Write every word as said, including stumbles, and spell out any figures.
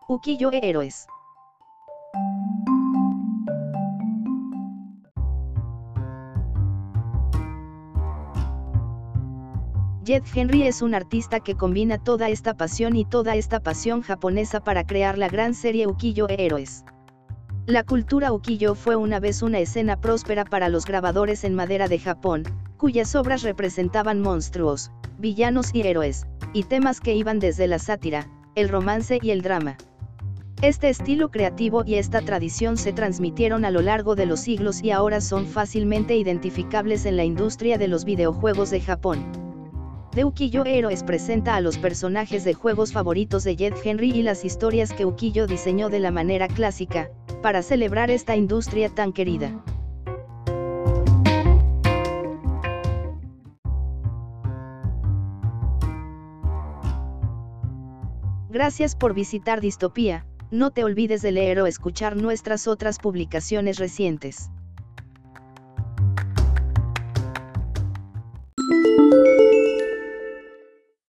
Ukiyo-e Héroes. Jed Henry es un artista que combina toda esta pasión y toda esta pasión japonesa para crear la gran serie Ukiyo-e Héroes. La cultura ukiyo fue una vez una escena próspera para los grabadores en madera de Japón, cuyas obras representaban monstruos, villanos y héroes, y temas que iban desde la sátira, el romance y el drama. Este estilo creativo y esta tradición se transmitieron a lo largo de los siglos y ahora son fácilmente identificables en la industria de los videojuegos de Japón. The Ukiyo-e Héroes presenta a los personajes de juegos favoritos de Jed Henry y las historias que Ukiyo diseñó de la manera clásica, para celebrar esta industria tan querida. Gracias por visitar Distopía. No te olvides de leer o escuchar nuestras otras publicaciones recientes.